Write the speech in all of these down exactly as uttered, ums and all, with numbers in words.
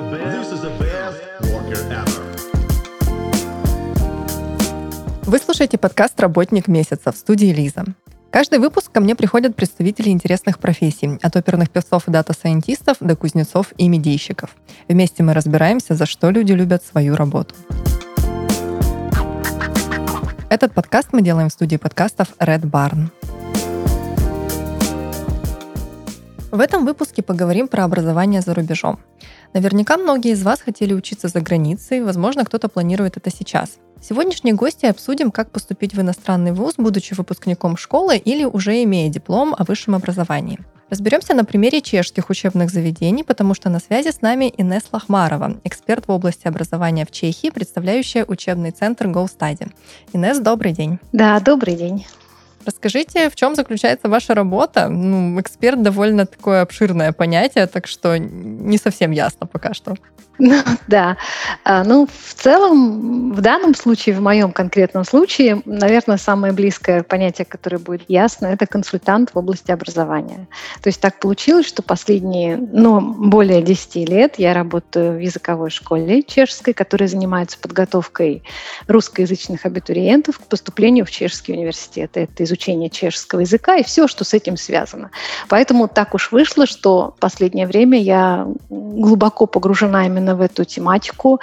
This is the best worker ever. Вы слушаете подкаст «Работник месяца» в студии Лиза. Каждый выпуск ко мне приходят представители интересных профессий, от оперных певцов и дата-сайентистов до кузнецов и медийщиков. Вместе мы разбираемся, за что люди любят свою работу. Этот подкаст мы делаем в студии подкастов Red Barn. В этом выпуске поговорим про образование за рубежом. Наверняка многие из вас хотели учиться за границей, возможно, кто-то планирует это сейчас. Сегодняшние гости обсудим, как поступить в иностранный вуз, будучи выпускником школы или уже имея диплом о высшем образовании. Разберемся на примере чешских учебных заведений, потому что на связи с нами Инесс Лахмарова, эксперт в области образования в Чехии, представляющая учебный центр GoStudy. Инесс, добрый день. Да, добрый день. Расскажите, в чем заключается ваша работа? Ну, эксперт довольно такое обширное понятие, так что не совсем ясно пока что. Да, ну, в целом, в данном случае, в моем конкретном случае, наверное, самое близкое понятие, которое будет ясно, это консультант в области образования. То есть так получилось, что последние, ну, более десяти лет я работаю в языковой школе чешской, которая занимается подготовкой русскоязычных абитуриентов к поступлению в чешский университет. Это изучение чешского языка и все, что с этим связано. Поэтому так уж вышло, что в последнее время я глубоко погружена именно в эту тематику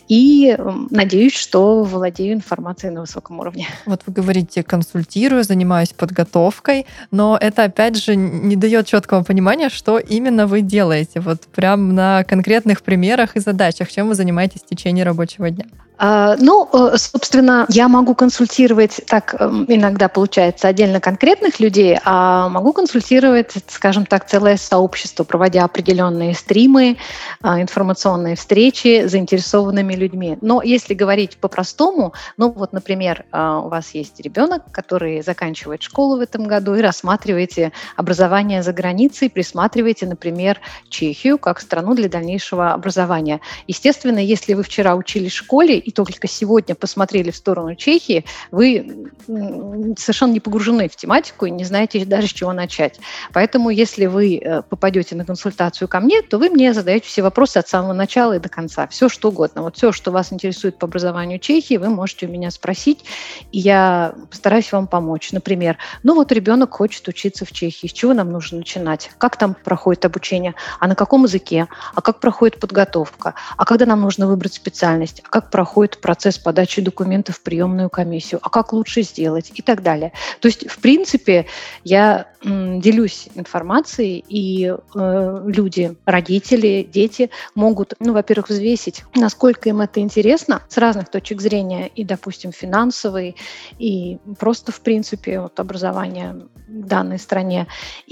и надеюсь, что владею информацией на высоком уровне. Вот вы говорите, консультирую, занимаюсь подготовкой, но это, опять же, не дает четкого понимания, что именно вы делаете. Вот прям на конкретных примерах и задачах, чем вы занимаетесь в течение рабочего дня. Ну, собственно, я могу консультировать, так иногда получается, отдельно конкретных людей, а могу консультировать, скажем так, целое сообщество, проводя определенные стримы, информационные встречи с заинтересованными людьми. Но если говорить по-простому, ну вот, например, у вас есть ребенок, который заканчивает школу в этом году, и рассматриваете образование за границей, присматриваете, например, Чехию как страну для дальнейшего образования. Естественно, если вы вчера учились в школе и только сегодня посмотрели в сторону Чехии, вы совершенно не погружены в тематику и не знаете даже, с чего начать. Поэтому, если вы попадете на консультацию ко мне, то вы мне задаете все вопросы от самого начала и до конца. Все, что угодно. Вот все, что вас интересует по образованию Чехии, вы можете у меня спросить, и я постараюсь вам помочь. Например, ну вот ребенок хочет учиться в Чехии. С чего нам нужно начинать? Как там проходит обучение? А на каком языке? А как проходит подготовка? А когда нам нужно выбрать специальность? А как проходит процесс подачи документов в приемную комиссию, а как лучше сделать и так далее. То есть, в принципе, я м, делюсь информацией, и э, люди, родители, дети могут, ну, во-первых, взвесить, насколько им это интересно с разных точек зрения, и, допустим, финансовой, и просто, в принципе, вот, образование в данной стране.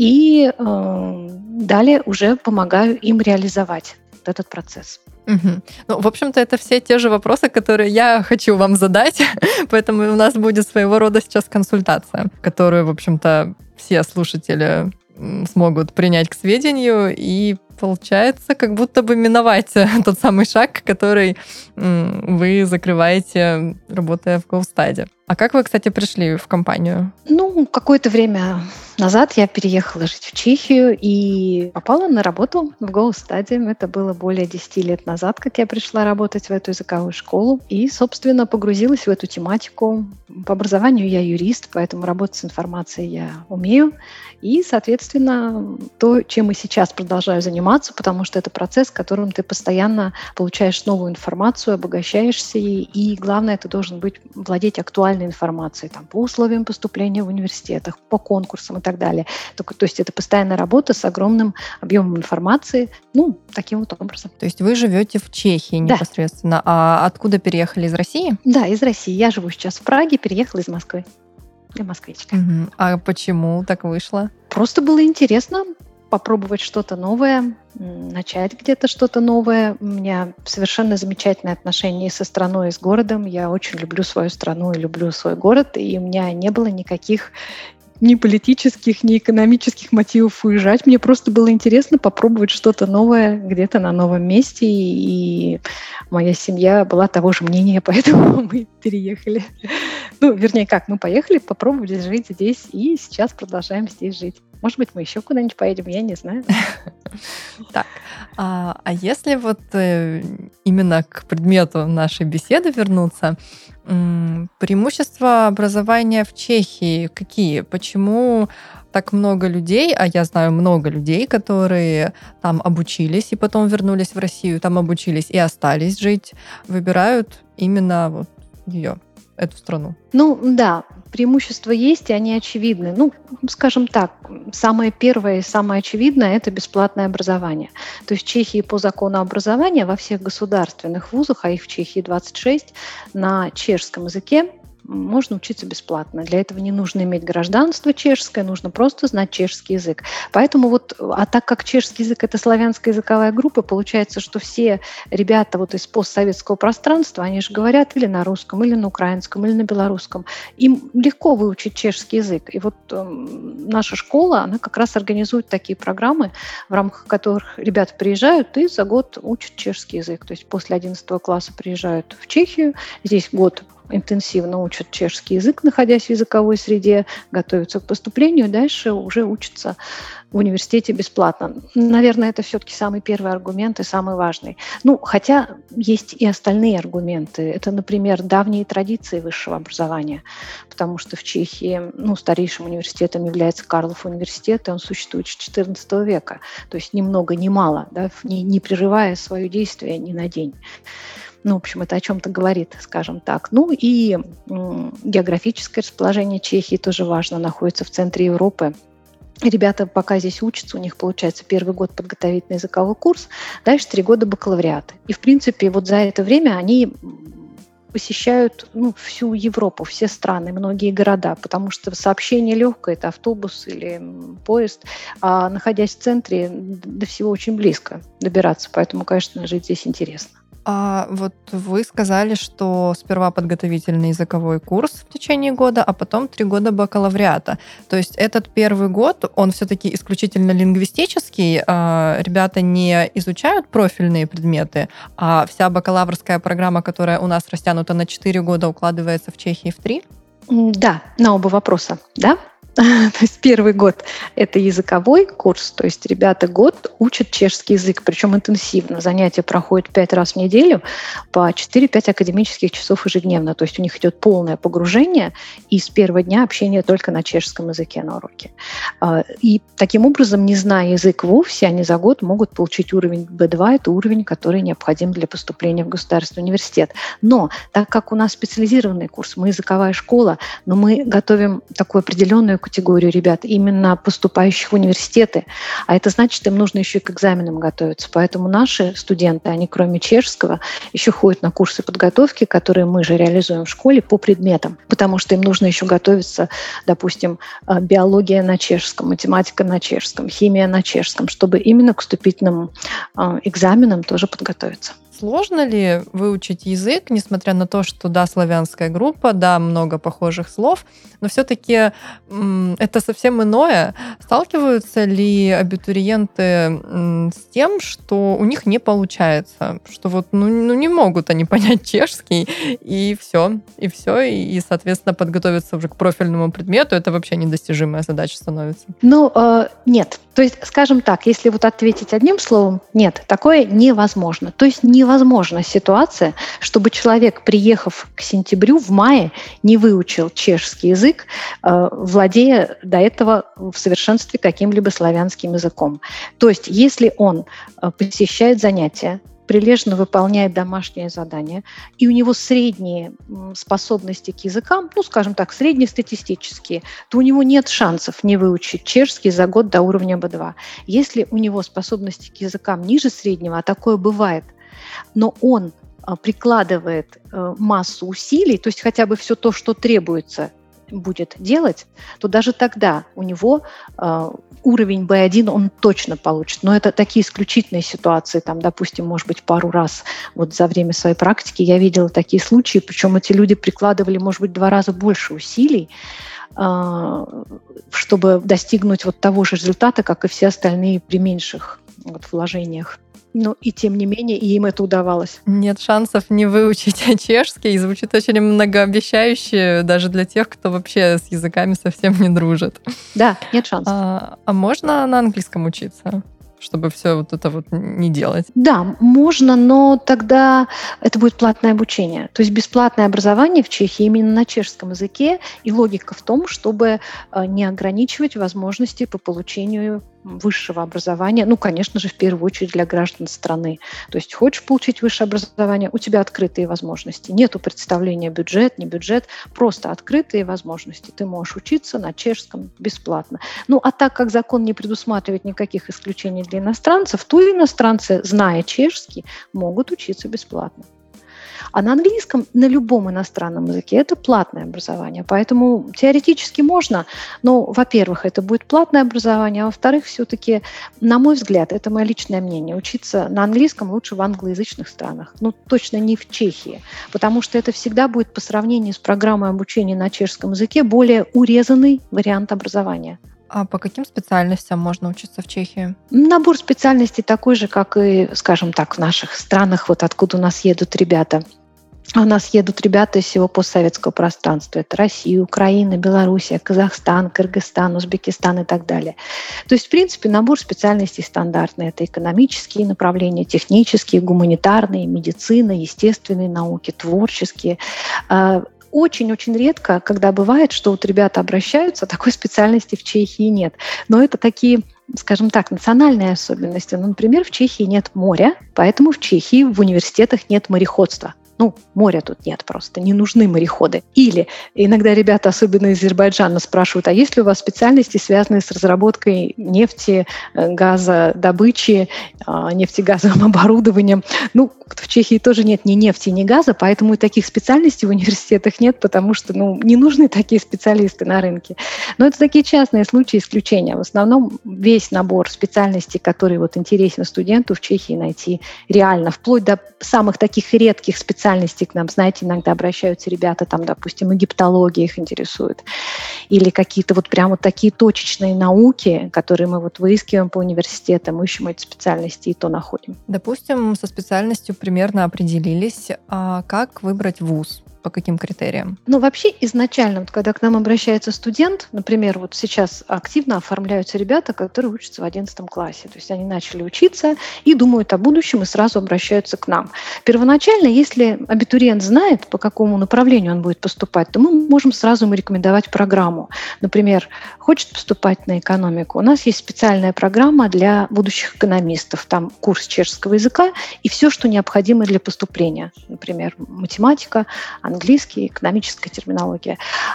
И э, далее уже помогаю им реализовать вот этот процесс. Угу. Ну, в общем-то, это все те же вопросы, которые я хочу вам задать, поэтому у нас будет своего рода сейчас консультация, которую, в общем-то, все слушатели смогут принять к сведению, и получается, как будто бы миновать тот самый шаг, который вы закрываете, работая в GoStudy. А как вы, кстати, пришли в компанию? Ну, какое-то время назад я переехала жить в Чехию и попала на работу в GoStudy. Это было более десяти лет назад, как я пришла работать в эту языковую школу. И, собственно, погрузилась в эту тематику. По образованию я юрист, поэтому работать с информацией я умею. И, соответственно, то, чем и сейчас продолжаю заниматься, потому что это процесс, в котором ты постоянно получаешь новую информацию, обогащаешься, и, и главное, ты должен быть, владеть актуальной информацией там, по условиям поступления в университетах, по конкурсам и так далее. То, то есть это постоянная работа с огромным объемом информации, ну, таким вот образом. То есть вы живете в Чехии непосредственно, да. А откуда переехали, из России? Да, из России. Я живу сейчас в Праге, переехала из Москвы. Я москвичка. Угу. А почему так вышло? Просто было интересно попробовать что-то новое, начать где-то что-то новое. У меня совершенно замечательные отношения со страной и с городом. Я очень люблю свою страну и люблю свой город, и у меня не было никаких ни политических, ни экономических мотивов уезжать. Мне просто было интересно попробовать что-то новое где-то на новом месте, и моя семья была того же мнения, поэтому мы переехали. Ну, вернее, как, мы поехали, попробовали жить здесь, и сейчас продолжаем здесь жить. Может быть, мы еще куда-нибудь поедем, я не знаю. Так, а, а если вот э, именно к предмету нашей беседы вернуться, м, преимущества образования в Чехии какие? Почему так много людей, а я знаю много людей, которые там обучились и потом вернулись в Россию, там обучились и остались жить, выбирают именно вот ее, эту страну? Ну да, преимущества есть, и они очевидны. Ну, скажем так, самое первое и самое очевидное – это бесплатное образование. То есть в Чехии по закону образования во всех государственных вузах, а их в Чехии двадцать шесть, на чешском языке можно учиться бесплатно. Для этого не нужно иметь гражданство чешское, нужно просто знать чешский язык. Поэтому вот, а так как чешский язык – это славянская языковая группа, получается, что все ребята вот из постсоветского пространства, они же говорят или на русском, или на украинском, или на белорусском. Им легко выучить чешский язык. И вот э, наша школа, она как раз организует такие программы, в рамках которых ребята приезжают и за год учат чешский язык. То есть после одиннадцатого класса приезжают в Чехию, здесь год интенсивно учат чешский язык, находясь в языковой среде, готовятся к поступлению, дальше уже учатся в университете бесплатно. Наверное, это все-таки самый первый аргумент и самый важный. Ну, хотя есть и остальные аргументы. Это, например, давние традиции высшего образования, потому что в Чехии ну, старейшим университетом является Карлов университет, и он существует с четырнадцатого века, то есть ни много ни мало, да, не, не прерывая свое действие ни на день. Ну, в общем, это о чем-то говорит, скажем так. Ну и м, географическое расположение Чехии тоже важно, находится в центре Европы. Ребята пока здесь учатся, у них получается первый год подготовительный языковой курс, дальше три года бакалавриата. И, в принципе, вот за это время они посещают ну, всю Европу, все страны, многие города, потому что сообщение легкое, это автобус или поезд, а находясь в центре, до всего очень близко добираться, поэтому, конечно, жить здесь интересно. А вот вы сказали, что сперва подготовительный языковой курс в течение года, а потом три года бакалавриата. То есть этот первый год, он все-таки исключительно лингвистический. Ребята не изучают профильные предметы, а вся бакалаврская программа, которая у нас растянута на четыре года, укладывается в Чехии в три? Да, на оба вопроса, да. То есть первый год – это языковой курс, то есть ребята год учат чешский язык, причем интенсивно. Занятия проходят пять раз в неделю по четыре-пять академических часов ежедневно. То есть у них идет полное погружение, и с первого дня общение только на чешском языке на уроке. И таким образом, не зная язык вовсе, они за год могут получить уровень би два, это уровень, который необходим для поступления в государственный университет. Но так как у нас специализированный курс, мы языковая школа, но мы готовим такую определенную категорию ребят, именно поступающих в университеты. А это значит, им нужно еще и к экзаменам готовиться. Поэтому наши студенты, они кроме чешского, еще ходят на курсы подготовки, которые мы же реализуем в школе по предметам, потому что им нужно еще готовиться, допустим, биология на чешском, математика на чешском, химия на чешском, чтобы именно к вступительным экзаменам тоже подготовиться. Сложно ли выучить язык, несмотря на то, что да, славянская группа, да, много похожих слов, но все-таки м, это совсем иное. Сталкиваются ли абитуриенты м, с тем, что у них не получается, что вот ну, ну не могут они понять чешский, и все, и все, и, соответственно, подготовиться уже к профильному предмету, это вообще недостижимая задача становится? Ну, э, нет. То есть, скажем так, если вот ответить одним словом, нет, такое невозможно. То есть невозможна ситуация, чтобы человек, приехав к сентябрю, в мае, не выучил чешский язык, э, владея до этого в совершенстве каким-либо славянским языком. То есть если он э, посещает занятия, прилежно выполняет домашние задания, и у него средние способности к языкам, ну, скажем так, среднестатистические, то у него нет шансов не выучить чешский за год до уровня би два. Если у него способности к языкам ниже среднего, а такое бывает, но он прикладывает массу усилий, то есть хотя бы все то, что требуется, будет делать, то даже тогда у него э, уровень би один он точно получит. Но это такие исключительные ситуации, там, допустим, может быть, пару раз вот за время своей практики я видела такие случаи, причем эти люди прикладывали, может быть, в два раза больше усилий, э, чтобы достигнуть вот того же результата, как и все остальные при меньших вот, вложениях. Ну и тем не менее, и им это удавалось. Нет шансов не выучить чешский. Звучит очень многообещающе даже для тех, кто вообще с языками совсем не дружит. Да, нет шансов. А, а можно на английском учиться, чтобы все вот это вот не делать? Да, можно, но тогда это будет платное обучение. То есть бесплатное образование в Чехии именно на чешском языке, и логика в том, чтобы не ограничивать возможности по получению высшего образования, ну, конечно же, в первую очередь для граждан страны. То есть хочешь получить высшее образование, у тебя открытые возможности. Нету представления бюджет, не бюджет, просто открытые возможности. Ты можешь учиться на чешском бесплатно. Ну, а так как закон не предусматривает никаких исключений для иностранцев, то иностранцы, зная чешский, могут учиться бесплатно. А на английском, на любом иностранном языке это платное образование. Поэтому теоретически можно, но, во-первых, это будет платное образование, а во-вторых, все-таки, на мой взгляд, это мое личное мнение, учиться на английском лучше в англоязычных странах. Ну, точно не в Чехии, потому что это всегда будет по сравнению с программой обучения на чешском языке более урезанный вариант образования. А по каким специальностям можно учиться в Чехии? Набор специальностей такой же, как и, скажем так, в наших странах, вот откуда у нас едут ребята. У нас едут ребята из всего постсоветского пространства. Это Россия, Украина, Белоруссия, Казахстан, Кыргызстан, Узбекистан и так далее. То есть, в принципе, набор специальностей стандартный. Это экономические направления, технические, гуманитарные, медицина, естественные науки, творческие. Очень-очень редко, когда бывает, что вот ребята обращаются, такой специальности в Чехии нет. Но это такие, скажем так, национальные особенности. Ну, например, в Чехии нет моря, поэтому в Чехии в университетах нет мореходства. Ну, моря тут нет просто, не нужны мореходы. Или иногда ребята, особенно из Азербайджана, спрашивают, а есть ли у вас специальности, связанные с разработкой нефти, газодобычи, нефтегазовым оборудованием? Ну, в Чехии тоже нет ни нефти, ни газа, поэтому и таких специальностей в университетах нет, потому что ну, не нужны такие специалисты на рынке. Но это такие частные случаи, исключения. В основном весь набор специальностей, который вот интересен студенту, в Чехии найти реально, вплоть до самых таких редких специальностей. К нам, знаете, иногда обращаются ребята, там, допустим, египтология их интересует, или какие-то вот прямо такие точечные науки, которые мы вот выискиваем по университетам, ищем эти специальности и то находим. Допустим, со специальностью примерно определились, а как выбрать вуз? По каким критериям? Ну, вообще изначально, вот, когда к нам обращается студент, например, вот сейчас активно оформляются ребята, которые учатся в одиннадцатом классе. То есть они начали учиться и думают о будущем и сразу обращаются к нам. Первоначально, если абитуриент знает, по какому направлению он будет поступать, то мы можем сразу ему рекомендовать программу. Например, хочет поступать на экономику. У нас есть специальная программа для будущих экономистов. Там курс чешского языка и все, что необходимо для поступления. Например, математика, английский, экономическая терминология.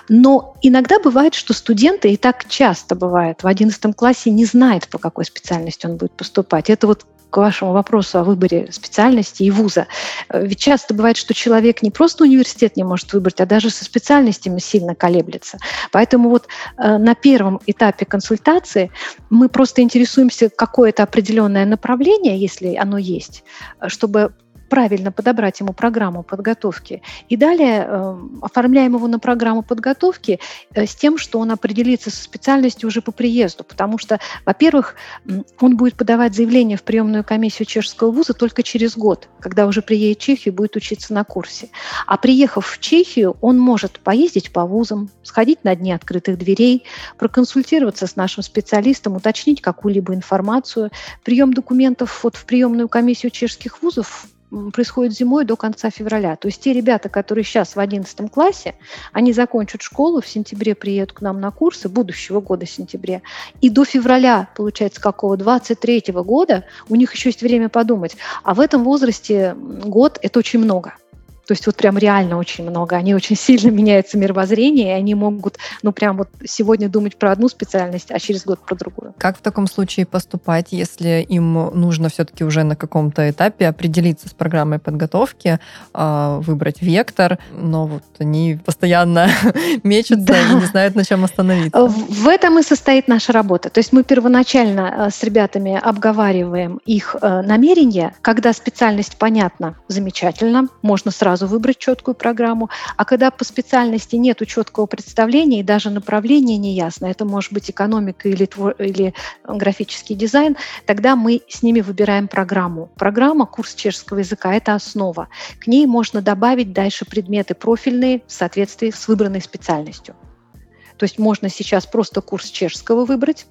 Но иногда бывает, что студенты, и так часто бывает, в одиннадцатом классе не знает, по какой специальности он будет поступать. Это вот к вашему вопросу о выборе специальности и вуза. Ведь часто бывает, что человек не просто университет не может выбрать, а даже со специальностями сильно колеблется. Поэтому вот э, на первом этапе консультации мы просто интересуемся, какое-то определенное направление, если оно есть, чтобы правильно подобрать ему программу подготовки. И далее э, оформляем его на программу подготовки э, с тем, что он определится со специальностью уже по приезду. Потому что, во-первых, он будет подавать заявление в приемную комиссию чешского вуза только через год, когда уже приедет в Чехию и будет учиться на курсе. А приехав в Чехию, он может поездить по вузам, сходить на дни открытых дверей, проконсультироваться с нашим специалистом, уточнить какую-либо информацию. Прием документов вот в приемную комиссию чешских вузов происходит зимой до конца февраля. То есть те ребята, которые сейчас в одиннадцатом классе, они закончат школу, в сентябре приедут к нам на курсы, будущего года в сентябре, и до февраля, получается, какого, двадцать третьего года у них еще есть время подумать. А в этом возрасте год – это очень много. То есть вот прям реально очень много. Они очень сильно меняется мировоззрение, и они могут, ну прям вот сегодня думать про одну специальность, а через год про другую. Как в таком случае поступать, если им нужно все-таки уже на каком-то этапе определиться с программой подготовки, выбрать вектор, но вот они постоянно мечутся да. и не знают, на чем остановиться? В этом и состоит наша работа. То есть мы первоначально с ребятами обговариваем их намерения. Когда специальность понятна, замечательно, можно сразу сразу выбрать четкую программу. А когда по специальности нет четкого представления и даже направления не ясно, это может быть экономика или, твор, или графический дизайн, тогда мы с ними выбираем программу. Программа, курс чешского языка – это основа. К ней можно добавить дальше предметы профильные в соответствии с выбранной специальностью. То есть можно сейчас просто курс чешского выбрать,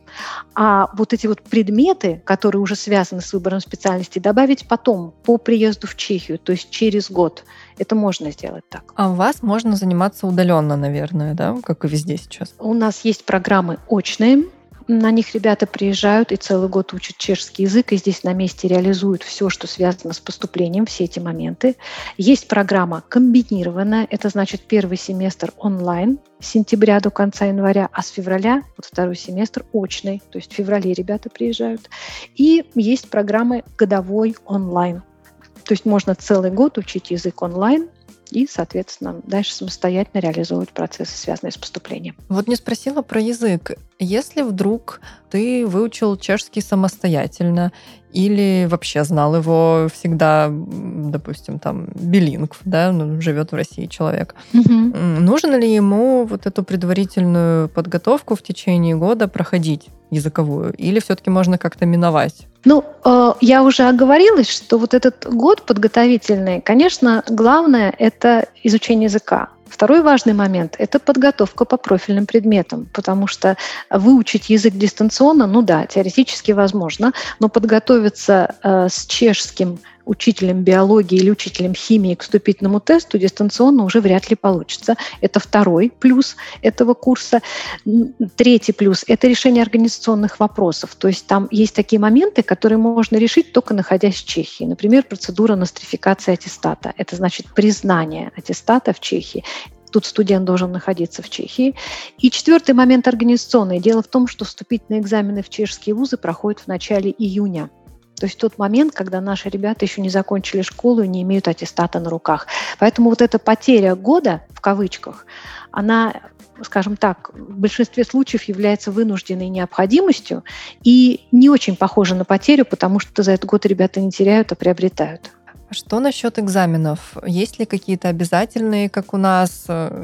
а вот эти вот предметы, которые уже связаны с выбором специальности, добавить потом, по приезду в Чехию, то есть через год. Это можно сделать так. А у вас можно заниматься удаленно, наверное, да, как и везде сейчас? У нас есть программы очные. На них ребята приезжают и целый год учат чешский язык, и здесь на месте реализуют все, что связано с поступлением, все эти моменты. Есть программа комбинированная, это значит первый семестр онлайн с сентября до конца января, а с февраля, вот второй семестр, очный, то есть в феврале ребята приезжают. И есть программы годовой онлайн, то есть можно целый год учить язык онлайн, и, соответственно, дальше самостоятельно реализовывать процессы, связанные с поступлением. Вот не спросила про язык. Если вдруг ты выучил чешский самостоятельно или вообще знал его всегда, допустим, там, билингв, да, ну, живет в России человек, угу. Нужно ли ему вот эту предварительную подготовку в течение года проходить языковую? Или все-таки можно как-то миновать? Ну, э, я уже оговорилась, что вот этот год подготовительный, конечно, главное – это изучение языка. Второй важный момент – это подготовка по профильным предметам, потому что выучить язык дистанционно, ну да, теоретически возможно, но подготовиться э, с чешским учителем биологии или учителем химии к вступительному тесту дистанционно уже вряд ли получится. Это второй плюс этого курса. Третий плюс – это решение организационных вопросов. То есть там есть такие моменты, которые можно решить только находясь в Чехии. Например, процедура нострификации аттестата. Это значит признание аттестата в Чехии. Тут студент должен находиться в Чехии. И четвертый момент организационный. Дело в том, что вступительные экзамены в чешские вузы проходят в начале июня. То есть тот момент, когда наши ребята еще не закончили школу и не имеют аттестата на руках. Поэтому вот эта потеря года, в кавычках, она, скажем так, в большинстве случаев является вынужденной необходимостью и не очень похожа на потерю, потому что за этот год ребята не теряют, а приобретают. Что насчет экзаменов? Есть ли какие-то обязательные, как у нас?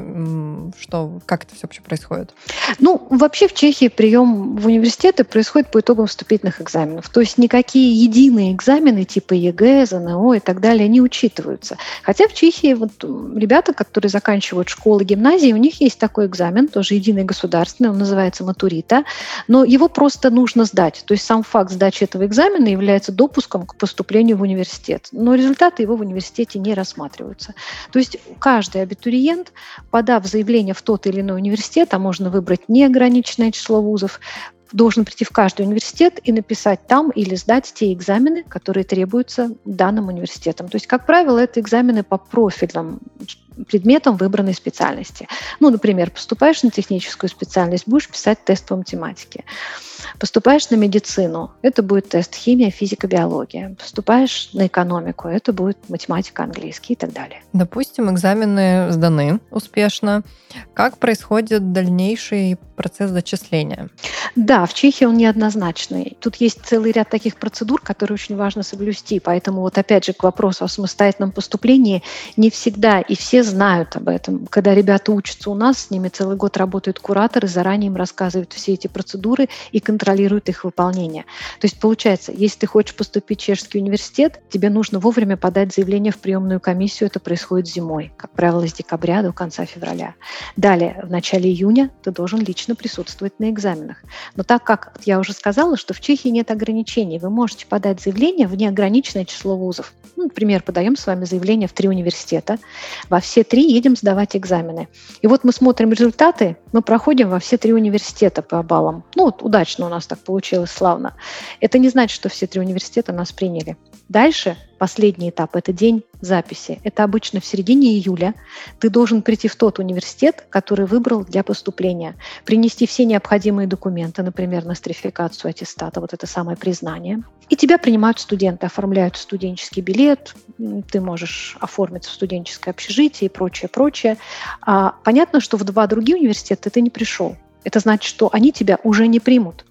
Что, как это все вообще происходит? Ну, вообще в Чехии прием в университеты происходит по итогам вступительных экзаменов. То есть никакие единые экзамены типа ЕГЭ, ЗНО и так далее не учитываются. Хотя в Чехии вот ребята, которые заканчивают школы, гимназии, у них есть такой экзамен, тоже единый государственный, он называется матурита, но его просто нужно сдать. То есть сам факт сдачи этого экзамена является допуском к поступлению в университет. Но результаты его в университете не рассматриваются. То есть каждый абитуриент, подав заявление в тот или иной университет, а можно выбрать неограниченное число вузов, должен прийти в каждый университет и написать там или сдать те экзамены, которые требуются данным университетом. То есть, как правило, это экзамены по профильным предметам выбранной специальности. Ну, например, поступаешь на техническую специальность, будешь писать тест по математике. Поступаешь на медицину, это будет тест химия, физика, биология. Поступаешь на экономику, это будет математика, английский и так далее. Допустим, экзамены сданы успешно. Как происходит дальнейший процесс зачисления? Да, в Чехии он неоднозначный. Тут есть целый ряд таких процедур, которые очень важно соблюсти. Поэтому вот опять же к вопросу о самостоятельном поступлении не всегда и все знают об этом. Когда ребята учатся у нас, с ними целый год работают кураторы, заранее им рассказывают все эти процедуры и контролируют их выполнение. То есть получается, если ты хочешь поступить в чешский университет, тебе нужно вовремя подать заявление в приемную комиссию. Это происходит зимой, как правило, с декабря до конца февраля. Далее, в начале июня ты должен лично присутствовать на экзаменах. Но так как я уже сказала, что в Чехии нет ограничений, вы можете подать заявление в неограниченное число вузов. Ну, например, подаем с вами заявление в три университета, во все три едем сдавать экзамены. И вот мы смотрим результаты, мы проходим во все три университета по баллам. Ну, вот удачно у нас так получилось, славно. Это не значит, что все три университета нас приняли. Дальше последний этап – это день записи. Это обычно в середине июля. Ты должен прийти в тот университет, который выбрал для поступления, принести все необходимые документы, например, нострификацию аттестата, вот это самое признание. И тебя принимают студенты, оформляют студенческий билет, ты можешь оформиться в студенческое общежитие и прочее, прочее. А понятно, что в два других университета ты не пришел. Это значит, что они тебя уже не примут.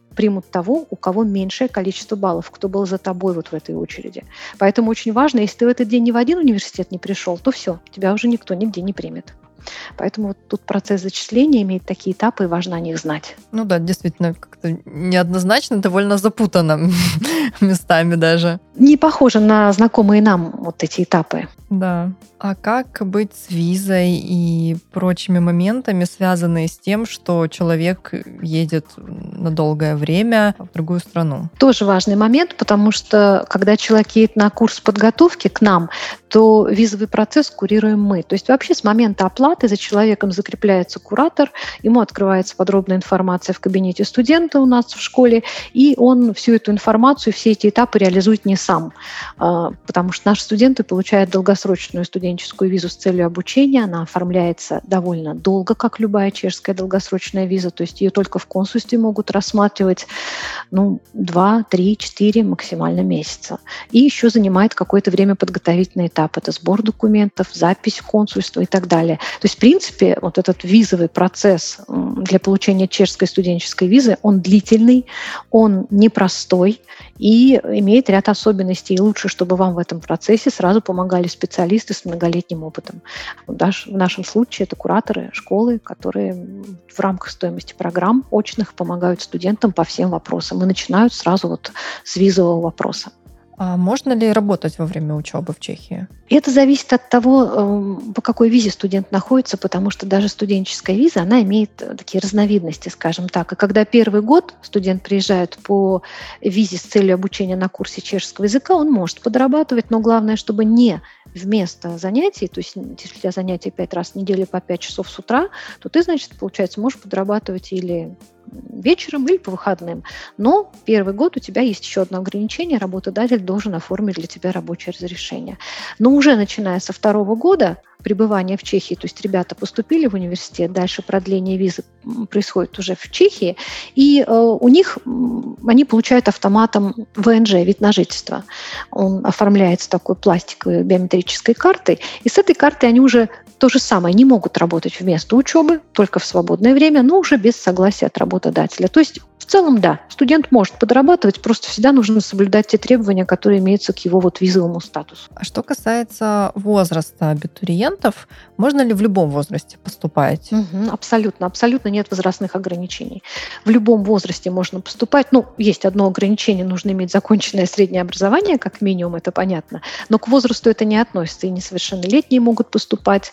примут того, у кого меньшее количество баллов, кто был за тобой вот в этой очереди. Поэтому очень важно, если ты в этот день ни в один университет не пришел, то все, тебя уже никто нигде не примет. Поэтому вот тут процесс зачисления имеет такие этапы, и важно о них знать. Ну да, действительно, как-то неоднозначно, довольно запутанно местами даже. Не похоже на знакомые нам вот эти этапы. Да. А как быть с визой и прочими моментами, связанные с тем, что человек едет на долгое время в другую страну? Тоже важный момент, потому что когда человек едет на курс подготовки к нам, то визовый процесс курируем мы. То есть вообще с момента оплаты за человеком закрепляется куратор, ему открывается подробная информация в кабинете студента у нас в школе, и он всю эту информацию, все эти этапы реализует не сам, потому что наши студенты получают долгосрочную студенческую визу с целью обучения. Она оформляется довольно долго, как любая чешская долгосрочная виза, то есть ее только в консульстве могут рассматривать ну, два, три, четыре максимально месяца. И еще занимает какое-то время подготовительный этап. Это сбор документов, запись в консульство и так далее. То есть, в принципе, вот этот визовый процесс для получения чешской студенческой визы, он длительный, он непростой и имеет ряд особенностей. И лучше, чтобы вам в этом процессе сразу помогали специалисты с многолетним опытом. В нашем случае это кураторы школы, которые в рамках стоимости программ очных помогают студентам по всем вопросам и начинают сразу вот с визового вопроса. А можно ли работать во время учебы в Чехии? Это зависит от того, по какой визе студент находится, потому что даже студенческая виза, она имеет такие разновидности, скажем так. И когда первый год студент приезжает по визе с целью обучения на курсе чешского языка, он может подрабатывать, но главное, чтобы не вместо занятий, то есть если у тебя занятия пять раз в неделю по пять часов с утра, то ты, значит, получается, можешь подрабатывать или вечером или по выходным. Но первый год у тебя есть еще одно ограничение. Работодатель должен оформить для тебя рабочее разрешение. Но уже начиная со второго года пребывания в Чехии, то есть ребята поступили в университет, дальше продление визы происходит уже в Чехии, и э, у них они получают автоматом вэ эн жэ, вид на жительство. Он оформляется такой пластиковой биометрической картой, и с этой картой они уже то же самое, не могут работать вместо учебы, только в свободное время, но уже без согласия от работодателя. То есть в целом, да, студент может подрабатывать, просто всегда нужно соблюдать те требования, которые имеются к его вот визовому статусу. А что касается возраста абитуриентов, можно ли в любом возрасте поступать? Угу, абсолютно, абсолютно нет возрастных ограничений. В любом возрасте можно поступать. Ну, есть одно ограничение, нужно иметь законченное среднее образование, как минимум, это понятно, но к возрасту это не относится, и несовершеннолетние могут поступать,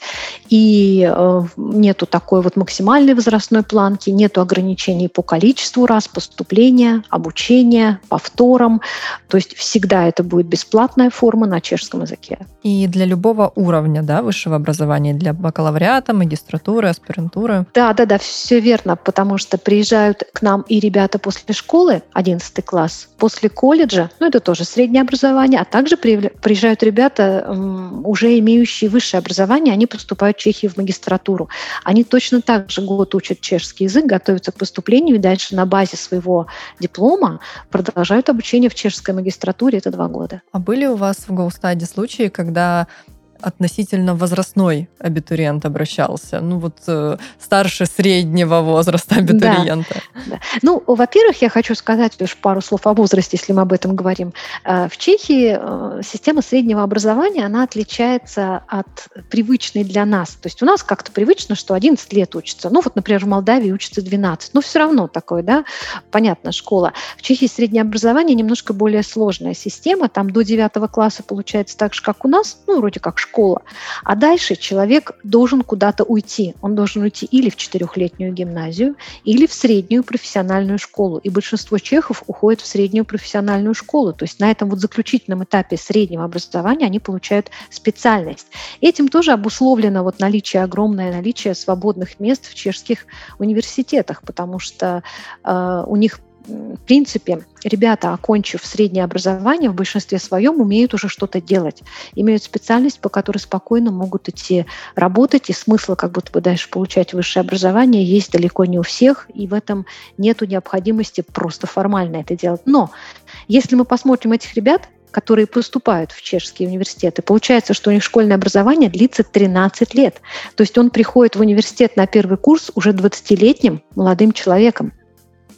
и э, нету такой вот максимальной возрастной планки, нету ограничений по количеству раз поступления, обучения, повторам. То есть всегда это будет бесплатная форма на чешском языке. И для любого уровня, да, высшего образования, для бакалавриата, магистратуры, аспирантуры? Да, да, да, все верно, потому что приезжают к нам и ребята после школы, одиннадцатый класс, после колледжа, ну это тоже среднее образование, а также приезжают ребята, уже имеющие высшее образование, они поступают в Чехию в магистратуру. Они точно так же год учат чешский язык, готовятся к поступлению и дальше на базе своего диплома продолжают обучение в чешской магистратуре, это два года. А были у вас в GoStudy случаи, когда относительно возрастной абитуриент обращался? Ну вот э, старше среднего возраста абитуриента. Да, да. Ну, во-первых, я хочу сказать лишь пару слов о возрасте, если мы об этом говорим. В Чехии система среднего образования, она отличается от привычной для нас. То есть у нас как-то привычно, что одиннадцать лет учится. Ну вот, например, в Молдавии учится двенадцать. Но все равно такое, да, понятно, школа. В Чехии среднее образование немножко более сложная система. Там до девятого класса получается так же, как у нас, ну, вроде как школа. А дальше человек должен куда-то уйти. Он должен уйти или в четырехлетнюю гимназию, или в среднюю профессиональную школу. И большинство чехов уходит в среднюю профессиональную школу. То есть на этом вот заключительном этапе среднего образования они получают специальность. Этим тоже обусловлено вот наличие, огромное наличие свободных мест в чешских университетах, потому что э, у них в принципе, ребята, окончив среднее образование, в большинстве своем умеют уже что-то делать, имеют специальность, по которой спокойно могут идти работать, и смысла как будто бы дальше получать высшее образование есть далеко не у всех, и в этом нету необходимости просто формально это делать. Но если мы посмотрим этих ребят, которые поступают в чешские университеты, получается, что у них школьное образование длится тринадцать лет. То есть он приходит в университет на первый курс уже двадцатилетним молодым человеком.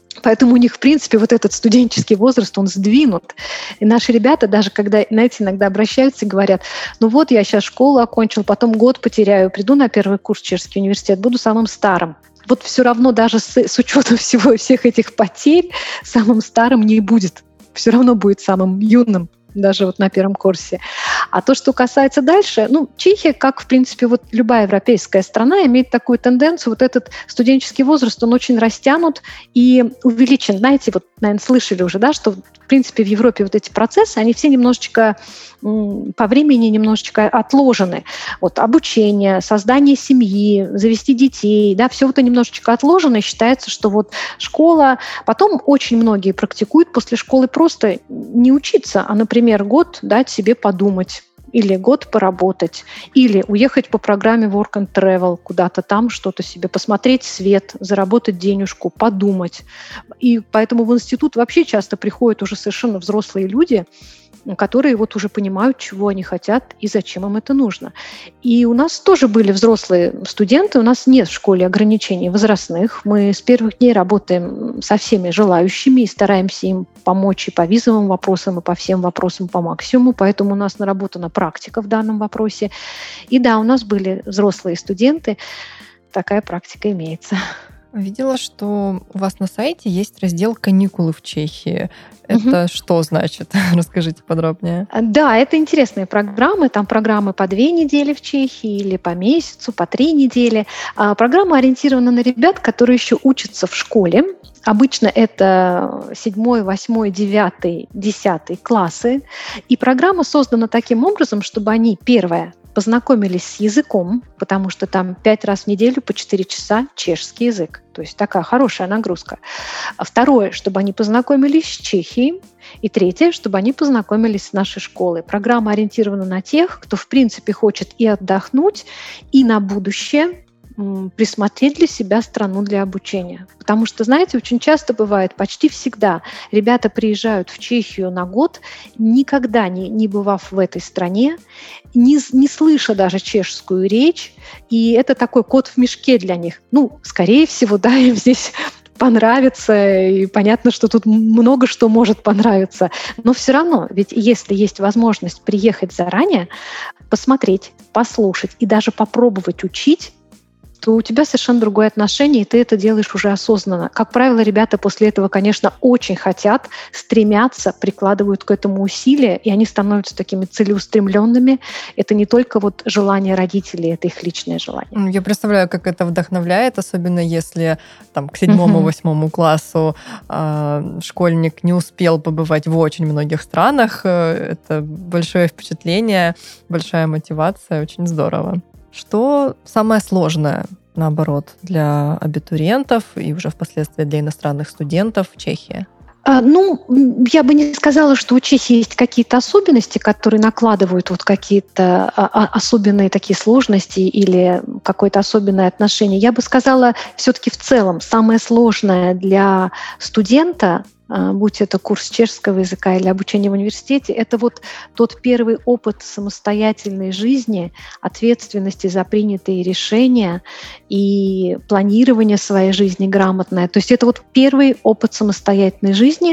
Поэтому у них, в принципе, вот этот студенческий возраст, он сдвинут. И наши ребята даже, когда, знаете, иногда обращаются и говорят, ну вот я сейчас школу окончил, потом год потеряю, приду на первый курс в Чешский университет, буду самым старым. Вот все равно даже с, с учетом всего, всех этих потерь самым старым не будет. Все равно будет самым юным, даже вот на первом курсе. А то, что касается дальше, ну, Чехия, как, в принципе, вот любая европейская страна, имеет такую тенденцию, вот этот студенческий возраст, он очень растянут и увеличен. Знаете, вот, наверное, слышали уже, да, что, в принципе, в Европе вот эти процессы, они все немножечко м, по времени немножечко отложены. Вот обучение, создание семьи, завести детей, да, все это немножечко отложено, и считается, что вот школа, потом очень многие практикуют после школы просто не учиться, а, например, год дать себе подумать, или год поработать, или уехать по программе Work and Travel куда-то там, что-то себе посмотреть свет, заработать денежку, подумать. И поэтому в институт вообще часто приходят уже совершенно взрослые люди, которые вот уже понимают, чего они хотят и зачем им это нужно. И у нас тоже были взрослые студенты, у нас нет в школе ограничений возрастных. Мы с первых дней работаем со всеми желающими и стараемся им помочь и по визовым вопросам, и по всем вопросам по максимуму. Поэтому у нас наработана практика в данном вопросе. И да, у нас были взрослые студенты, такая практика имеется. Видела, что у вас на сайте есть раздел «Каникулы в Чехии». Это угу. что значит? Расскажите подробнее. Да, это интересные программы. Там программы по две недели в Чехии или по месяцу, по три недели. А программа ориентирована на ребят, которые еще учатся в школе. Обычно это седьмой, восьмой, девятый, десятый классы. И программа создана таким образом, чтобы они, первое, познакомились с языком, потому что там пять раз в неделю по четыре часа чешский язык. То есть такая хорошая нагрузка. А второе, чтобы они познакомились с Чехией. И третье, чтобы они познакомились с нашей школой. Программа ориентирована на тех, кто, в принципе, хочет и отдохнуть, и на будущее присмотреть для себя страну для обучения. Потому что, знаете, очень часто бывает, почти всегда ребята приезжают в Чехию на год, никогда не, не бывав в этой стране, не, не слыша даже чешскую речь, и это такой кот в мешке для них. Ну, скорее всего, да, им здесь понравится, и понятно, что тут много что может понравиться. Но все равно, ведь если есть возможность приехать заранее, посмотреть, послушать и даже попробовать учить, то у тебя совершенно другое отношение, и ты это делаешь уже осознанно. Как правило, ребята после этого, конечно, очень хотят, стремятся, прикладывают к этому усилия, и они становятся такими целеустремленными. Это не только вот желание родителей, это их личное желание. Я представляю, как это вдохновляет, особенно если там, к седьмому-восьмому uh-huh. классу э, школьник не успел побывать в очень многих странах. Это большое впечатление, большая мотивация, очень здорово. Что самое сложное, наоборот, для абитуриентов и уже впоследствии для иностранных студентов в Чехии? А, ну, я бы не сказала, что у Чехии есть какие-то особенности, которые накладывают вот какие-то а, особенные такие сложности или какое-то особенное отношение. Я бы сказала, все-таки в целом самое сложное для студента, будь это курс чешского языка или обучение в университете, это вот тот первый опыт самостоятельной жизни, ответственности за принятые решения и планирование своей жизни грамотное. То есть это вот первый опыт самостоятельной жизни,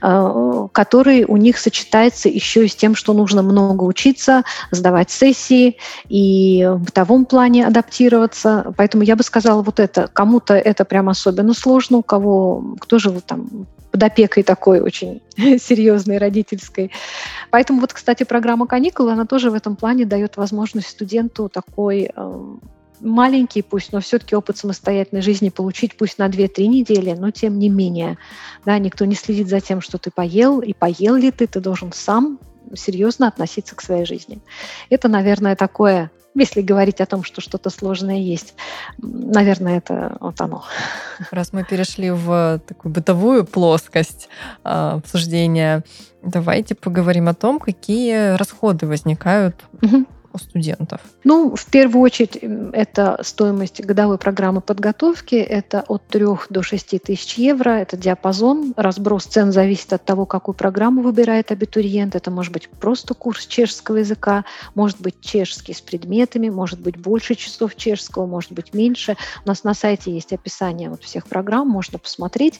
который у них сочетается еще и с тем, что нужно много учиться, сдавать сессии и в бытовом плане адаптироваться. Поэтому я бы сказала вот это. Кому-то это прям особенно сложно, у кого, кто жил там под опекой такой очень серьезной родительской. Поэтому вот, кстати, программа «Каникулы», она тоже в этом плане дает возможность студенту такой э, маленький, пусть, но все-таки опыт самостоятельной жизни получить, пусть на две-три недели, но тем не менее. Да, никто не следит за тем, что ты поел, и поел ли ты, ты должен сам серьезно относиться к своей жизни. Это, наверное, такое, если говорить о том, что что-то сложное есть, наверное, это вот оно. Раз мы перешли в такую бытовую плоскость э, обсуждения, давайте поговорим о том, какие расходы возникают угу. у студентов? Ну, в первую очередь, это стоимость годовой программы подготовки. Это от трёх до шести тысяч евро. Это диапазон. Разброс цен зависит от того, какую программу выбирает абитуриент. Это может быть просто курс чешского языка, может быть чешский с предметами, может быть больше часов чешского, может быть меньше. У нас на сайте есть описание вот всех программ, можно посмотреть.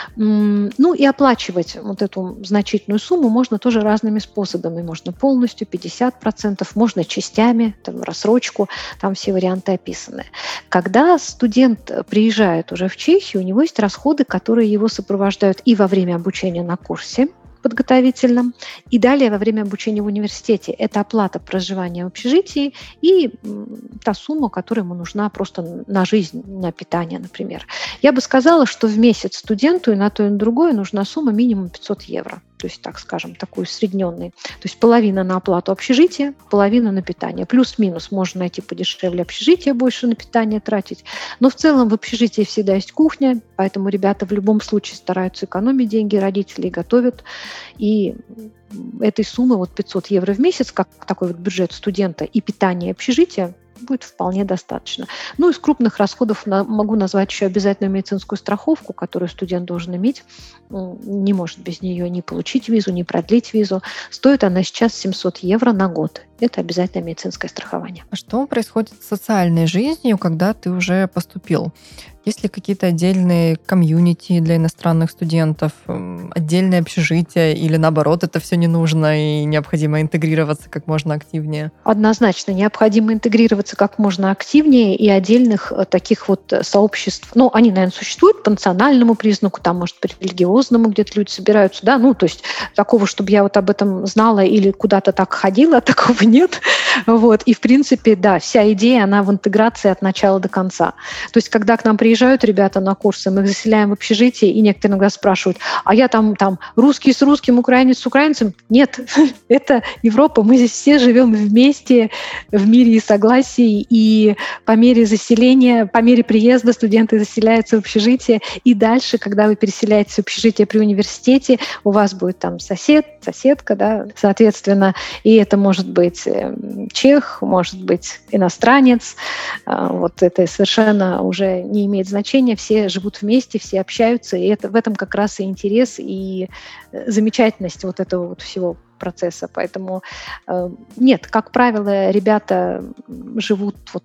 Ну и оплачивать вот эту значительную сумму можно тоже разными способами. Можно полностью, пятьдесят процентов, можно частями, там, рассрочку, там все варианты описаны. Когда студент приезжает уже в Чехию, у него есть расходы, которые его сопровождают и во время обучения на курсе подготовительном, и далее во время обучения в университете. Это оплата проживания в общежитии и та сумма, которая ему нужна просто на жизнь, на питание, например. Я бы сказала, что в месяц студенту и на то, и на другое нужна сумма минимум пятьсот евро. То есть, так скажем, такой усредненный. То есть половина на оплату общежития, половина на питание. Плюс-минус можно найти подешевле общежитие, больше на питание тратить. Но в целом в общежитии всегда есть кухня, поэтому ребята в любом случае стараются экономить деньги, родители готовят. И этой суммы, вот пятьсот евро в месяц, как такой вот бюджет студента и питание, и общежития, будет вполне достаточно. Ну, из крупных расходов могу назвать еще обязательную медицинскую страховку, которую студент должен иметь. Не может без нее ни получить визу, ни продлить визу. Стоит она сейчас семьсот евро на год. Это обязательное медицинское страхование. А что происходит с социальной жизнью, когда ты уже поступил? Есть ли какие-то отдельные комьюнити для иностранных студентов, отдельное общежитие или наоборот, это все не нужно и необходимо интегрироваться как можно активнее? Однозначно необходимо интегрироваться как можно активнее, и отдельных таких вот сообществ, ну, они, наверное, существуют по национальному признаку, там, может, по религиозному где-то люди собираются, да, ну, то есть такого, чтобы я вот об этом знала или куда-то так ходила, такого нет. Вот. И, в принципе, да, вся идея, она в интеграции от начала до конца. То есть, когда к нам приезжают ребята на курсы, мы их заселяем в общежитие, и некоторые иногда спрашивают, а я там, там русский с русским, украинец с украинцем? Нет, это Европа, мы здесь все живем вместе, в мире и согласии, и по мере заселения, по мере приезда студенты заселяются в общежитие, и дальше, когда вы переселяетесь в общежитие при университете, у вас будет там сосед, соседка, да, соответственно, и это может быть чех, может быть иностранец, вот это совершенно уже не имеет значения, все живут вместе, все общаются, и это, в этом как раз и интерес, и замечательность вот этого вот всего процесса. Поэтому э, нет, как правило, ребята живут вот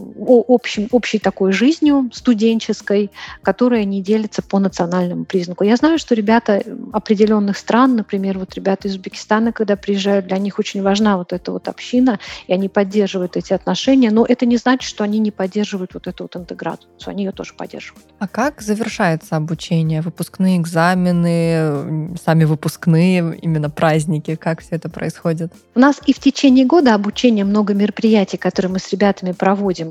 общим, общей такой жизнью студенческой, которая не делится по национальному признаку. Я знаю, что ребята определенных стран, например, вот ребята из Узбекистана, когда приезжают, для них очень важна вот эта вот община, и они поддерживают эти отношения, но это не значит, что они не поддерживают вот эту вот интеграцию, они ее тоже поддерживают. А как завершается обучение? Выпускные экзамены, сами выпускные, именно праздники? Как все это происходит? У нас и в течение года обучения много мероприятий, которые мы с ребятами проводим.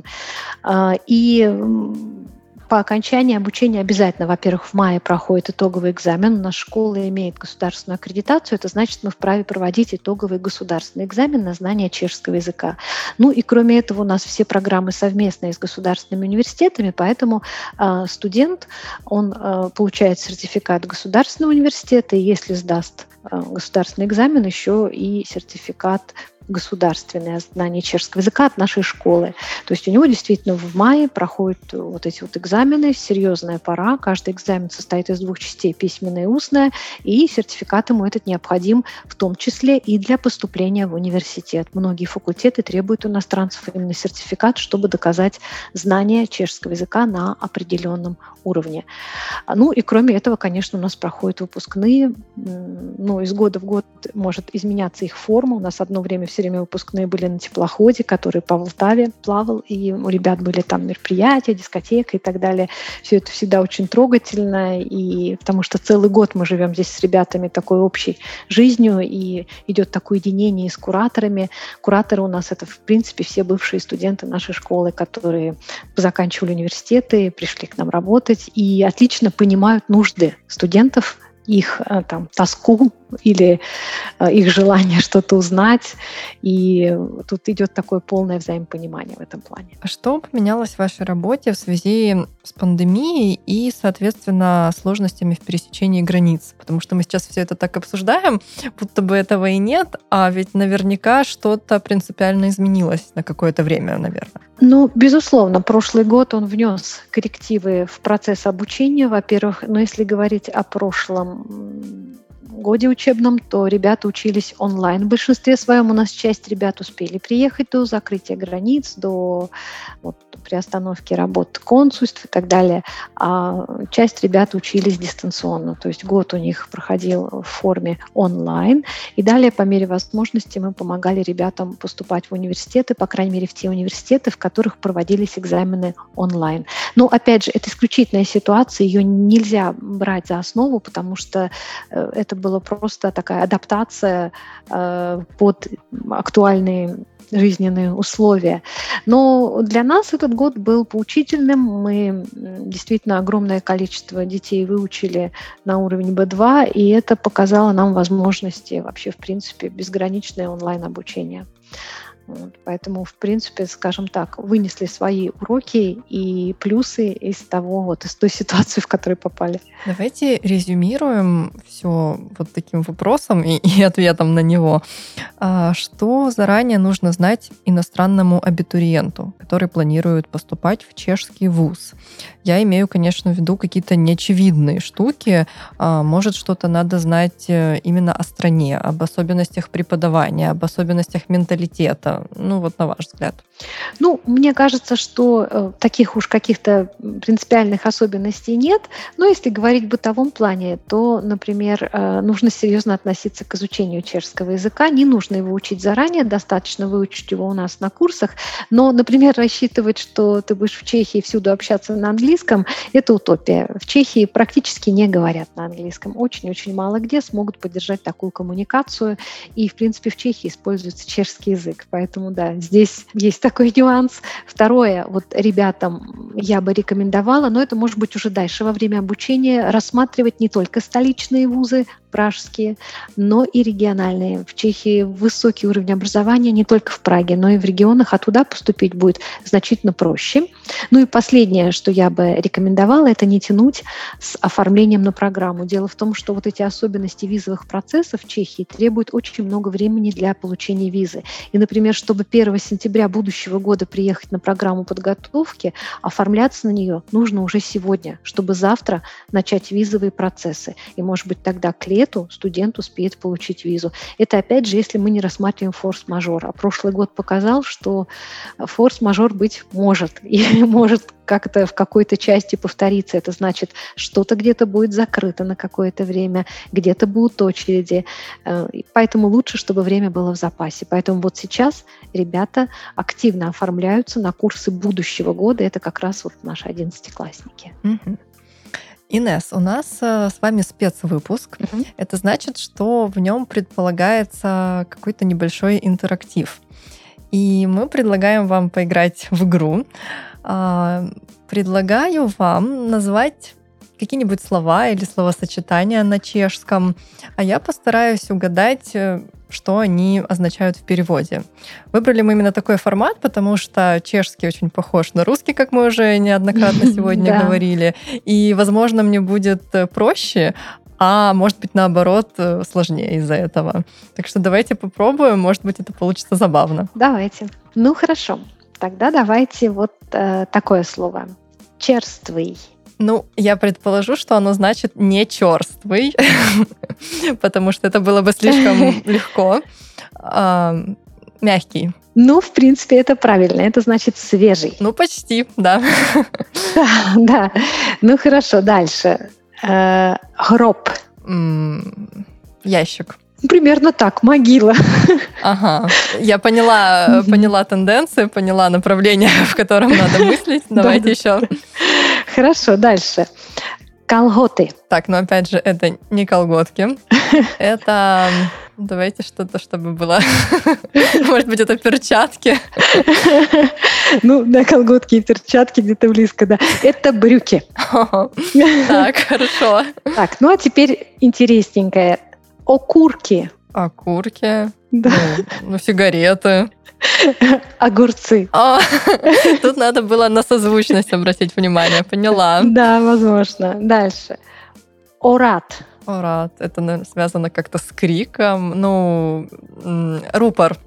И по окончании обучения обязательно, во-первых, в мае проходит итоговый экзамен. Наша школа имеет государственную аккредитацию. Это значит, мы вправе проводить итоговый государственный экзамен на знание чешского языка. Ну и кроме этого у нас все программы совместные с государственными университетами, поэтому э, студент, он э, получает сертификат государственного университета, и если сдаст э, государственный экзамен, еще и сертификат государственное знание чешского языка от нашей школы. То есть у него действительно в мае проходят вот эти вот экзамены, серьезная пора. Каждый экзамен состоит из двух частей, письменная и устная, и сертификат ему этот необходим в том числе и для поступления в университет. Многие факультеты требуют у иностранцев именно сертификат, чтобы доказать знание чешского языка на определенном уровне. Ну и кроме этого, конечно, у нас проходят выпускные. Ну, из года в год может изменяться их форма. У нас одно время все время выпускные были на теплоходе, который по Волтаве плавал, и у ребят были там мероприятия, дискотека и так далее. Все это всегда очень трогательно, и потому что целый год мы живем здесь с ребятами такой общей жизнью, и идет такое единение с кураторами. Кураторы у нас это, в принципе, все бывшие студенты нашей школы, которые заканчивали университеты, пришли к нам работать и отлично понимают нужды студентов, их там тоску или э, их желание что-то узнать. И тут идет такое полное взаимопонимание в этом плане. А что поменялось в вашей работе в связи с пандемией и, соответственно, сложностями в пересечении границ? Потому что мы сейчас все это так обсуждаем, будто бы этого и нет, а ведь наверняка что-то принципиально изменилось на какое-то время, наверное. Ну, безусловно, прошлый год он внес коррективы в процесс обучения, во-первых, но если говорить о прошлом годе учебном, то ребята учились онлайн. В большинстве своем у нас часть ребят успели приехать до закрытия границ, до вот, приостановки работ консульств и так далее, а часть ребят учились дистанционно. То есть год у них проходил в форме онлайн, и далее по мере возможности мы помогали ребятам поступать в университеты, по крайней мере в те университеты, в которых проводились экзамены онлайн. Но опять же, это исключительная ситуация, ее нельзя брать за основу, потому что это была просто такая адаптация э, под актуальные жизненные условия. Но для нас этот год был поучительным. Мы действительно огромное количество детей выучили на уровень бэ два, и это показало нам возможности вообще, в принципе, безграничное онлайн-обучение. Вот, поэтому, в принципе, скажем так, вынесли свои уроки и плюсы из того, вот, из той ситуации, в которой попали. Давайте резюмируем все вот таким вопросом и, и ответом на него. А что заранее нужно знать иностранному абитуриенту, который планирует поступать в чешский вуз? Я имею, конечно, в виду какие-то неочевидные штуки. А, может, что-то надо знать именно о стране, об особенностях преподавания, об особенностях менталитета. Ну, вот на ваш взгляд. Ну, мне кажется, что э, таких уж каких-то принципиальных особенностей нет. Но если говорить в бытовом плане, то, например, э, нужно серьезно относиться к изучению чешского языка. Не нужно его учить заранее, достаточно выучить его у нас на курсах. Но, например, рассчитывать, что ты будешь в Чехии всюду общаться на английском, это утопия. В Чехии практически не говорят на английском. Очень-очень мало где смогут поддержать такую коммуникацию. И, в принципе, в Чехии используется чешский язык. Поэтому, да, здесь есть такой нюанс. Второе, вот ребятам я бы рекомендовала, но это может быть уже дальше во время обучения, рассматривать не только столичные вузы, пражские, но и региональные. В Чехии высокий уровень образования не только в Праге, но и в регионах, а туда поступить будет значительно проще. Ну и последнее, что я бы рекомендовала, это не тянуть с оформлением на программу. Дело в том, что вот эти особенности визовых процессов в Чехии требуют очень много времени для получения визы. И, например, чтобы первого сентября будущего года приехать на программу подготовки, оформляться на нее нужно уже сегодня, чтобы завтра начать визовые процессы. И, может быть, тогда к лету студент успеет получить визу. Это, опять же, если мы не рассматриваем форс-мажор. А прошлый год показал, что форс-мажор быть может. И может как-то в какой-то части повториться. Это значит, что-то где-то будет закрыто на какое-то время, где-то будут очереди. Поэтому лучше, чтобы время было в запасе. Поэтому вот сейчас ребята активно оформляются на курсы будущего года. Это как раз вот наши одиннадцатиклассники. Mm-hmm. Инесс, у нас э, с вами спецвыпуск. Uh-huh. Это значит, что в нем предполагается какой-то небольшой интерактив. И мы предлагаем вам поиграть в игру. Э, предлагаю вам назвать какие-нибудь слова или словосочетания на чешском, а я постараюсь угадать, что они означают в переводе. Выбрали мы именно такой формат, потому что чешский очень похож на русский, как мы уже неоднократно сегодня говорили, и, возможно, мне будет проще, а может быть, наоборот, сложнее из-за этого. Так что давайте попробуем, может быть, это получится забавно. Давайте. Ну, хорошо. Тогда давайте вот э, такое слово. Черствый. Ну, я предположу, что оно значит не черствый, потому что это было бы слишком легко. А, мягкий. Ну, в принципе, это правильно. Это значит свежий. Ну, почти, да. Да, да. Ну, хорошо, дальше. Э, гроб. М, ящик. Примерно так, могила. Ага, я поняла, поняла тенденцию, поняла направление, в котором надо мыслить. Давайте еще. Хорошо, дальше. Колготы. Так, но опять же, это не колготки. Это... Давайте что-то, чтобы было... Может быть, это перчатки. Ну, да, колготки и перчатки где-то близко, да. Это брюки. Так, хорошо. Так, ну а теперь интересненькое. Окурки. Окурки. Да. Ну, ну, сигареты. Огурцы. А, тут надо было на созвучность обратить внимание, поняла. Да, возможно. Дальше. Орат. Орат. Это, наверное, связано как-то с криком. Ну, м, рупор.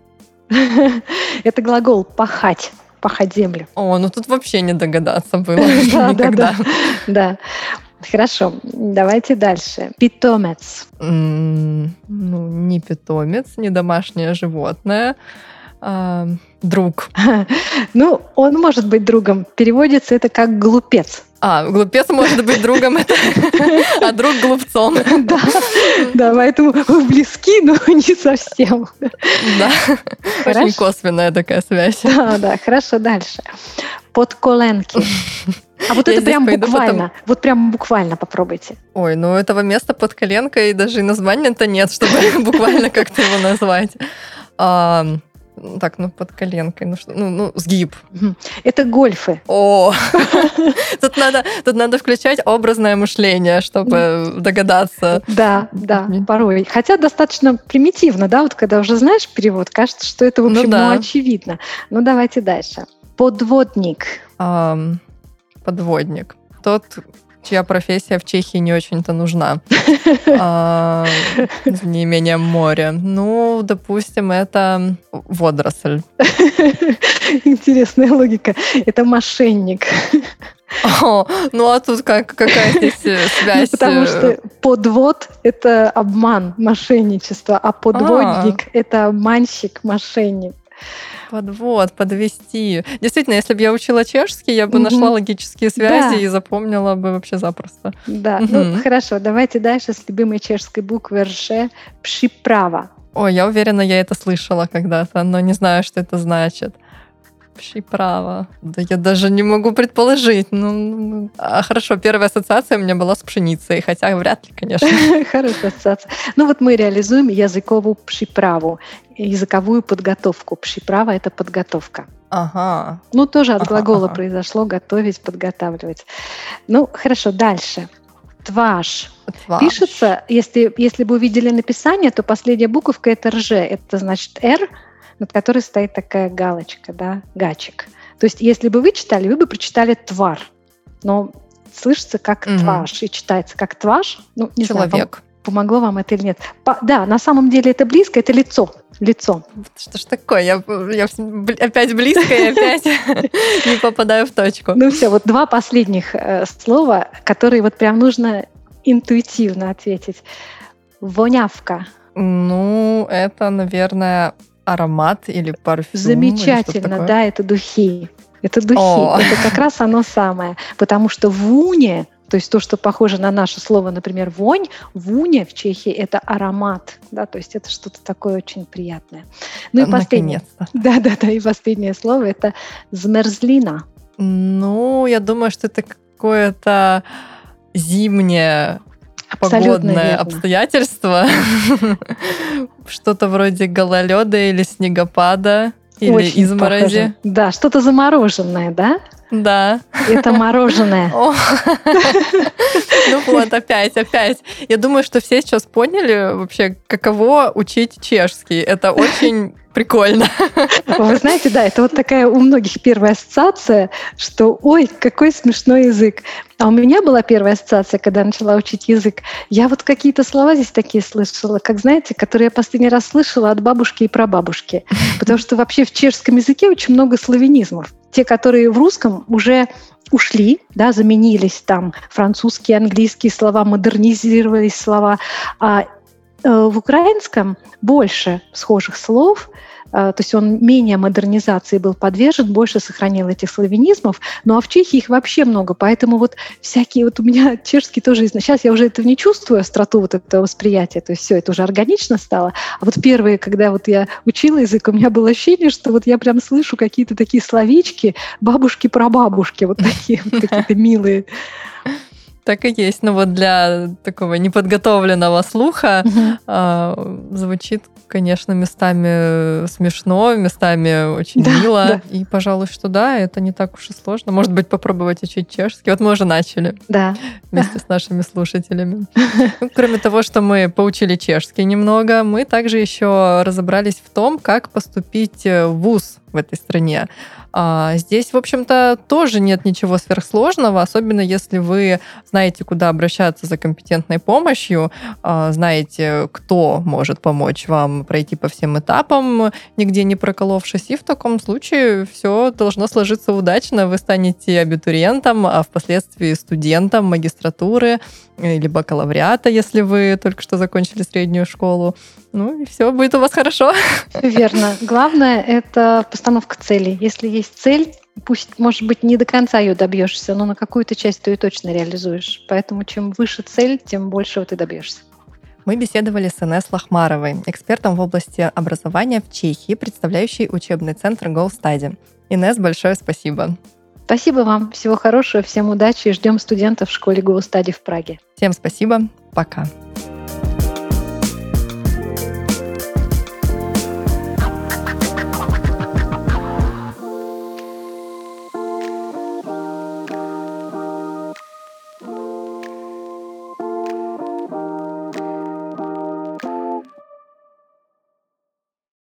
Это глагол пахать. Пахать землю. О, ну тут вообще не догадаться было Да, да, никогда. да. Да. Хорошо, давайте дальше. Питомец. М, Ну, не питомец, не домашнее животное. А, друг. Ну, он может быть другом. Переводится это как глупец. А, глупец может быть другом, это, а друг глупцом. Да, да, поэтому вы близки, но не совсем. Да, очень Хорошо. косвенная такая связь. Да, да, хорошо, дальше. Подколенки. А вот Я это здесь прям пойду буквально, вот прям буквально попробуйте. Ой, ну этого места под коленкой даже и названия-то нет, чтобы буквально как-то его назвать. А, так, ну под коленкой, ну что, ну, ну сгиб. Мгм. Это гольфы. О, тут надо, тут надо включать образное мышление, чтобы догадаться. Да, да, Мгм. порой. Хотя достаточно примитивно, да, вот когда уже знаешь перевод, кажется, что это, в Ну общем, ну, да. очевидно. Ну, давайте дальше. Подводник. Ам, подводник. Тот, чья профессия в Чехии не очень-то нужна. А, за неимением моря. Ну, допустим, это водоросль. Интересная логика. Это мошенник. О, ну а тут как, какая здесь э, Ну, связь? потому э, что подвод — это обман, мошенничество, а подводник — это обманщик, мошенник. Подвод, подвести. Действительно, если бы я учила чешский, я бы Мгм. нашла логические связи Да. и запомнила бы вообще запросто. Да, Мгм. ну хорошо, давайте дальше с любимой чешской буквы РЖ. Пшиправа. Ой, я уверена, я это слышала когда-то, но не знаю, что это значит. Приправа. Да я даже не могу предположить. Ну, ну, а, хорошо, первая ассоциация у меня была с пшеницей, хотя вряд ли, конечно. Хорошая ассоциация. Ну вот мы реализуем языковую пшиправу, языковую подготовку. Пшиправа — это подготовка. Ага. Ну, тоже от Ага, глагола ага. произошло готовить, подготавливать. Ну, хорошо, дальше. Тваш. Тваш. Пишется, если, если бы увидели написание, то последняя буковка — это РЖ. Это значит Р, над которой стоит такая галочка, да, гачик. То есть, если бы вы читали, вы бы прочитали твар. Но слышится как Мгм. тваш и читается как тваш. Ну, не знаю, Человек. пом- помогло вам это или нет. По- да, на самом деле это близко, это лицо. Лицо. Что ж такое? Я, я вс- бл- опять близко и опять не попадаю в точку. Ну все, вот два последних э, слова, которые вот прям нужно интуитивно ответить. Вонявка. Ну, это, наверное, аромат или парфюм. или что-то Замечательно, такое. да, это духи. Это духи. О. Это как раз оно самое. Потому что вуне, то есть то, что похоже на наше слово, например, вонь, вуне в Чехии — это аромат. Да, то есть это что-то такое очень приятное. Ну и последнее. Наконец-то. Да-да-да, и последнее слово — это змерзлина. Ну, я думаю, что это какое-то зимнее Абсолютно погодное верно. обстоятельство. Что-то вроде гололеда или снегопада или Очень изморози. похоже. Да, что-то замороженное, да? Да. Это мороженое. О. Ну вот, опять, опять. Я думаю, что все сейчас поняли вообще, каково учить чешский. Это очень прикольно. Вы знаете, да, это вот такая у многих первая ассоциация, что ой, какой смешной язык. А у меня была первая ассоциация, когда я начала учить язык. Я вот какие-то слова здесь такие слышала, как, знаете, которые я последний раз слышала от бабушки и прабабушки. Потому что вообще в чешском языке очень много славянизмов. Те, которые в русском уже ушли, да, заменились там французские, английские слова, модернизировались слова. А э, в украинском больше схожих слов, э, то есть он менее модернизации был подвержен, больше сохранил этих славянизмов. Ну а в Чехии их вообще много, поэтому вот всякие, вот у меня чешский тоже есть. Сейчас я уже этого не чувствую, остроту вот этого восприятия, то есть все, это уже органично стало. А вот первые, когда вот я учила язык, у меня было ощущение, что вот я прям слышу какие-то такие словечки бабушки-прабабушки, вот такие вот какие-то милые. Так и есть. Ну вот для такого неподготовленного слуха Мгм. а, звучит, конечно, местами смешно, местами очень Да, мило. да. И, пожалуй, что да, это не так уж и сложно. Может быть, попробовать учить чешский. Вот мы уже начали Да. вместе с нашими слушателями. Ну, кроме того, что мы поучили чешский немного, мы также еще разобрались в том, как поступить в вуз в этой стране. А, Здесь, в общем-то, тоже нет ничего сверхсложного, особенно если вы знаете, куда обращаться за компетентной помощью, а, знаете, кто может помочь вам пройти по всем этапам, нигде не проколовшись, и в таком случае все должно сложиться удачно. Вы станете абитуриентом, а впоследствии студентом магистратуры или бакалавриата, если вы только что закончили среднюю школу. Ну и все, будет у вас хорошо. Верно. Главное — это постановка целей. Если есть цель, пусть, может быть, не до конца ее добьешься, но на какую-то часть ты ее точно реализуешь. Поэтому чем выше цель, тем большего ты добьешься. Мы беседовали с Инесс Лохмаровой, экспертом в области образования в Чехии, представляющей учебный центр GoStudy. Инесс, большое спасибо. Спасибо вам. Всего хорошего, всем удачи и ждем студентов в школе GoStudy в Праге. Всем спасибо. Пока.